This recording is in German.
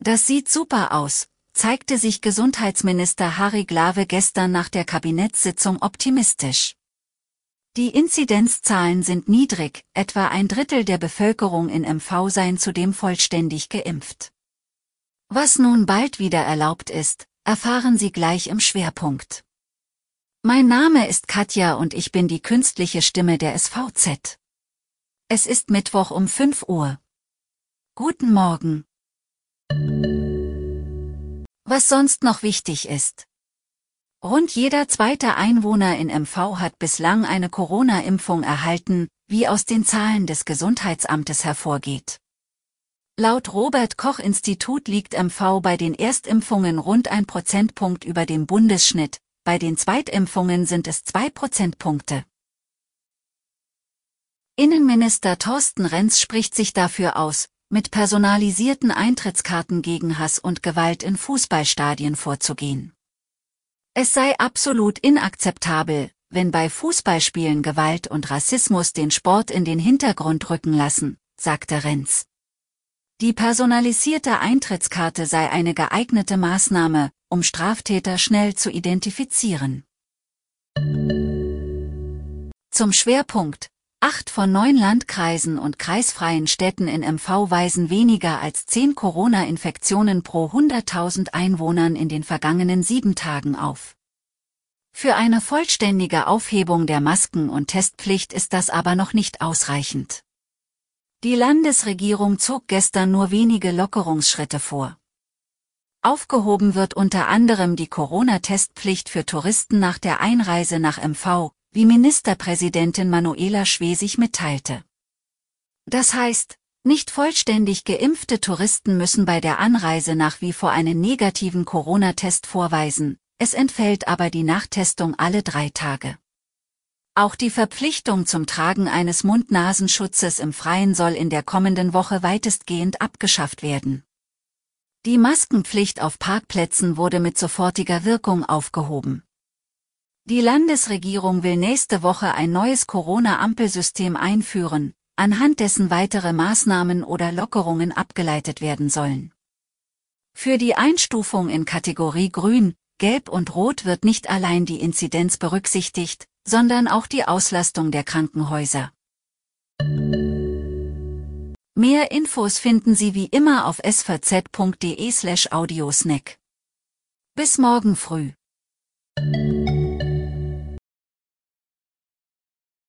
Das sieht super aus, zeigte sich Gesundheitsminister Harry Glawe gestern nach der Kabinettssitzung optimistisch. Die Inzidenzzahlen sind niedrig, etwa ein Drittel der Bevölkerung in MV seien zudem vollständig geimpft. Was nun bald wieder erlaubt ist, erfahren Sie gleich im Schwerpunkt. Mein Name ist Katja und ich bin die künstliche Stimme der SVZ. Es ist Mittwoch um 5 Uhr. Guten Morgen. Was sonst noch wichtig ist. Rund jeder zweite Einwohner in MV hat bislang eine Corona-Impfung erhalten, wie aus den Zahlen des Gesundheitsamtes hervorgeht. Laut Robert-Koch-Institut liegt MV bei den Erstimpfungen rund 1 Prozentpunkt über dem Bundesschnitt, bei den Zweitimpfungen sind es 2 Prozentpunkte. Innenminister Thorsten Renz spricht sich dafür aus, mit personalisierten Eintrittskarten gegen Hass und Gewalt in Fußballstadien vorzugehen. Es sei absolut inakzeptabel, wenn bei Fußballspielen Gewalt und Rassismus den Sport in den Hintergrund rücken lassen, sagte Renz. Die personalisierte Eintrittskarte sei eine geeignete Maßnahme, um Straftäter schnell zu identifizieren. Zum Schwerpunkt: 8 von 9 Landkreisen und kreisfreien Städten in MV weisen weniger als 10 Corona-Infektionen pro 100.000 Einwohnern in den vergangenen 7 Tagen auf. Für eine vollständige Aufhebung der Masken- und Testpflicht ist das aber noch nicht ausreichend. Die Landesregierung zog gestern nur wenige Lockerungsschritte vor. Aufgehoben wird unter anderem die Corona-Testpflicht für Touristen nach der Einreise nach MV, wie Ministerpräsidentin Manuela Schwesig mitteilte. Das heißt, nicht vollständig geimpfte Touristen müssen bei der Anreise nach wie vor einen negativen Corona-Test vorweisen, es entfällt aber die Nachtestung alle 3 Tage. Auch die Verpflichtung zum Tragen eines Mund-Nasen-Schutzes im Freien soll in der kommenden Woche weitestgehend abgeschafft werden. Die Maskenpflicht auf Parkplätzen wurde mit sofortiger Wirkung aufgehoben. Die Landesregierung will nächste Woche ein neues Corona-Ampelsystem einführen, anhand dessen weitere Maßnahmen oder Lockerungen abgeleitet werden sollen. Für die Einstufung in Kategorie Grün, Gelb und Rot wird nicht allein die Inzidenz berücksichtigt, sondern auch die Auslastung der Krankenhäuser. Mehr Infos finden Sie wie immer auf svz.de/audiosnack. Bis morgen früh.